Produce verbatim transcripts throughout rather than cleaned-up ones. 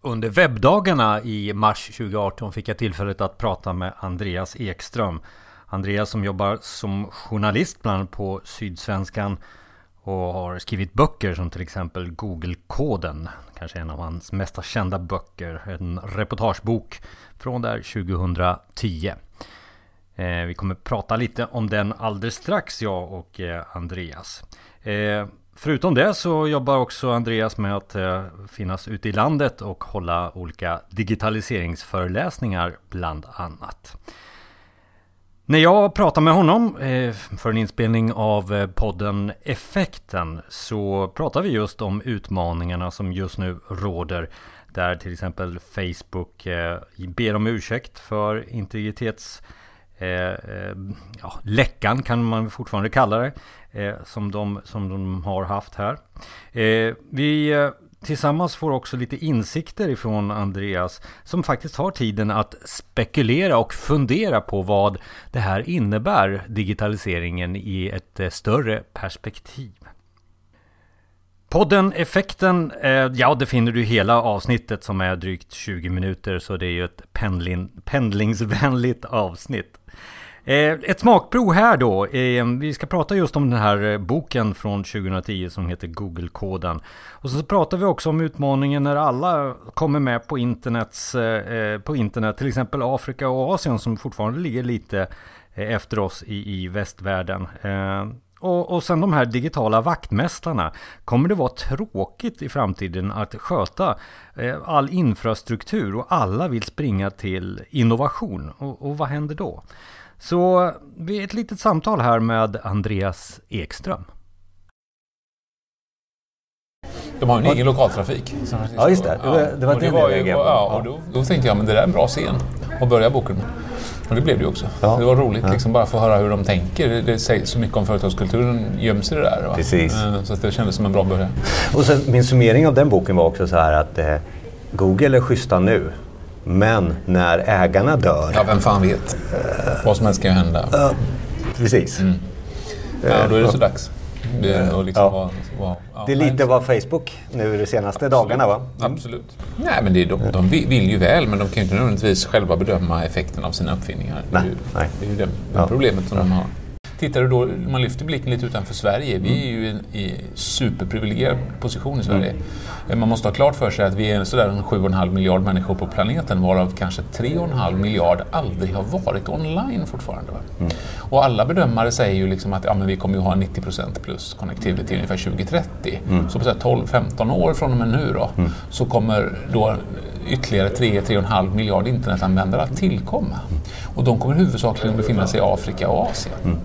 Under webbdagarna i mars tjugo arton fick jag tillfället att prata med Andreas Ekström. Andreas som jobbar som journalist bland annat på Sydsvenskan och har skrivit böcker som till exempel Google-koden. Kanske en av hans mest kända böcker. En reportagebok från där tjugohundratio. Eh, vi kommer prata lite om den alldeles strax, jag och eh, Andreas. Eh, Förutom det så jobbar också Andreas med att eh, finnas ute i landet och hålla olika digitaliseringsföreläsningar bland annat. När jag pratar med honom eh, för en inspelning av eh, podden Effekten så pratar vi just om utmaningarna som just nu råder. Där till exempel Facebook eh, ber om ursäkt för integritets... Eh, eh, ja, läckan kan man fortfarande kalla det eh, som, de, som de har haft här. Eh, vi eh, tillsammans får också lite insikter ifrån Andreas som faktiskt har tiden att spekulera och fundera på vad det här innebär, digitaliseringen i ett eh, större perspektiv. Podden Effekten, eh, ja det finner du hela avsnittet som är drygt tjugo minuter, så det är ju ett pendling, pendlingsvänligt avsnitt. Eh, ett smakprov här då, eh, vi ska prata just om den här boken från tjugohundratio som heter Google-koden. Och så pratar vi också om utmaningen när alla kommer med på, internets, eh, på internet, till exempel Afrika och Asien som fortfarande ligger lite eh, efter oss i, i västvärlden. Eh, Och, och sen de här digitala vaktmästarna. Kommer det vara tråkigt i framtiden att sköta eh, all infrastruktur och alla vill springa till innovation? Och, och vad händer då? Så vi är ett litet samtal här med Andreas Ekström. De har en egen lokaltrafik. Ja, just det. Det var, det var, och det var ju, ja, och då, då tänkte jag, men det där är en bra scen att börja boken med. Och det blev det ju också. Ja. Det var roligt ja. liksom bara få höra hur de tänker. Det, det säger så mycket om företagskulturen, göms i det där. Va? Precis. Så att det kändes som en bra början. Och sen, min summering av den boken var också så här att eh, Google är schyssta nu. Men när ägarna dör... Ja, vem fan vet. Uh, vad som helst kan ju hända. Uh, precis. Mm. Ja, då är det så dags. Det, och liksom ja. var, var, ja, det är lite vad Facebook nu de senaste absolut, dagarna, va? Mm. Absolut. Nej, men det är, de, de vill ju väl, men de kan ju inte nödvändigtvis själva bedöma effekten av sina uppfinningar. Nej, det är ju, nej. Det, är ju det, det ja. problemet som ja. de har. Tittar du då, man lyfter blicken lite utanför Sverige, vi är ju i en superprivilegierad position i Sverige. Mm. Man måste ha klart för sig att vi är sådär en sju och en halv miljard människor på planeten, varav kanske tre och en halv miljard aldrig har varit online fortfarande. Va? Mm. Och alla bedömare säger ju liksom att ja, men vi kommer ju ha nittio procent plus connectivity till ungefär tjugo trettio. Mm. Så på tolv femton år från och med nu då, mm. så kommer då ytterligare tre till tre och en halv miljard internetanvändare att tillkomma. Mm. Och de kommer huvudsakligen befinna sig i Afrika och Asien. Mm.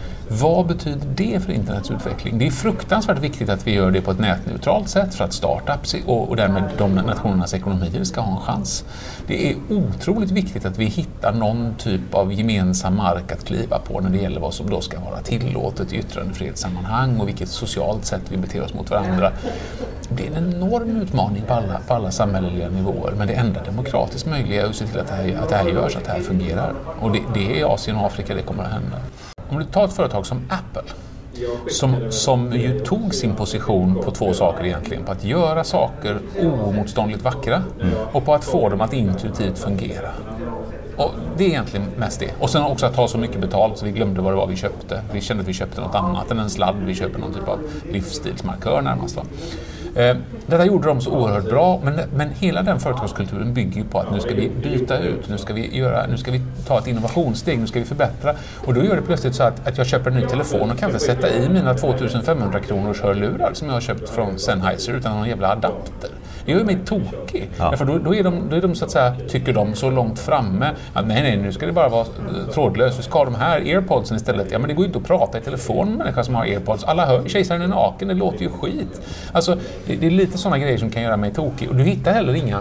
Vad betyder det för internets utveckling? Det är fruktansvärt viktigt att vi gör det på ett nätneutralt sätt för att startups och, och därmed de nationernas ekonomier ska ha en chans. Det är otroligt viktigt att vi hittar någon typ av gemensam mark att kliva på när det gäller vad som då ska vara tillåtet i yttrandefrihetssammanhang och vilket socialt sätt vi beter oss mot varandra. Det är en enorm utmaning på alla, på alla samhälleliga nivåer, men det enda demokratiskt möjliga är att se till att det här, att det här görs, att det här fungerar. Och det, det är i Asien och Afrika det kommer att hända. Om du tar ett företag som Apple som, som ju tog sin position på två saker egentligen, på att göra saker oemotståndligt vackra mm. och på att få dem att intuitivt fungera. Och det är egentligen mest det. Och sen också att ta så mycket betalt så vi glömde vad det var vi köpte. Vi kände att vi köpte något annat än en sladd. Vi köper någon typ av livsstilsmarkör närmast. Va? Eh, detta gjorde de så oerhört bra, men, men hela den företagskulturen bygger ju på att nu ska vi byta ut, nu ska vi, göra, nu ska vi ta ett innovationssteg, nu ska vi förbättra. Och då gör det plötsligt så att, att jag köper en ny telefon och kan inte sätta i mina tvåtusenfemhundra kronors hörlurar som jag har köpt från Sennheiser utan någon jävla adapter. Det gör mig tokig. Ja. För då, då, är de, då är de så att säga, tycker de så långt framme att nej, nej, nu ska det bara vara trådlöst. Vi ska ha de här airpodsen istället. Ja, men det går ju inte att prata i telefon med människor som har airpods. Alla hör, kejsaren är naken, det låter ju skit. Alltså, det, det är lite sådana grejer som kan göra mig tokig. Och du hittar heller inga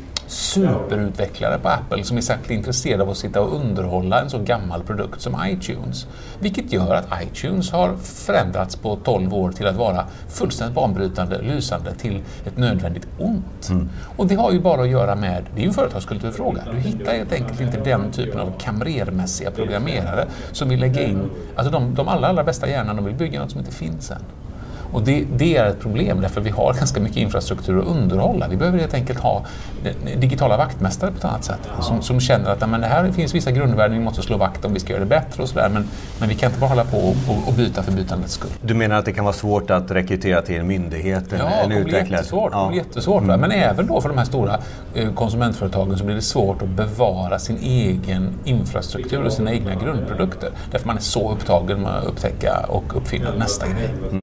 superutvecklare på Apple som är särskilt intresserade av att sitta och underhålla en så gammal produkt som iTunes. Vilket gör att iTunes har förändrats på tolv år till att vara fullständigt banbrytande, lysande till ett nödvändigt ont. Mm. Och det har ju bara att göra med, det är ju en företagskulturfråga. Du hittar helt enkelt inte den typen av kamrermässiga programmerare som vill lägga in, alltså de, de allra, allra bästa hjärnan, de vill bygga något som inte finns än. Och det, det är ett problem därför vi har ganska mycket infrastruktur att underhålla. Vi behöver helt enkelt ha digitala vaktmästare på ett annat sätt. Som, som känner att men det här finns vissa grundvärden vi måste slå vakt om, vi ska göra det bättre och sådär. Men, men vi kan inte bara hålla på och, och, och byta för bytandets skull. Du menar att det kan vara svårt att rekrytera till en myndighet? Ja, en det blir jättesvårt. Ja. Det blir jättesvårt mm. Men även då för de här stora eh, konsumentföretagen så blir det svårt att bevara sin egen infrastruktur och sina egna grundprodukter. Därför man är så upptagen med att upptäcka och uppfinna nästa grej. Mm.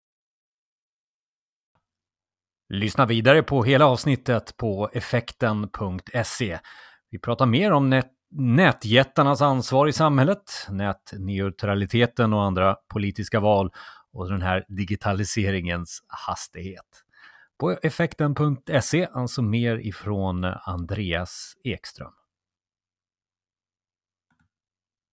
Lyssna vidare på hela avsnittet på effekten punkt se. Vi pratar mer om nät- nätjättarnas ansvar i samhället, nätneutraliteten och andra politiska val och den här digitaliseringens hastighet. På effekten punkt se, alltså mer ifrån Andreas Ekström.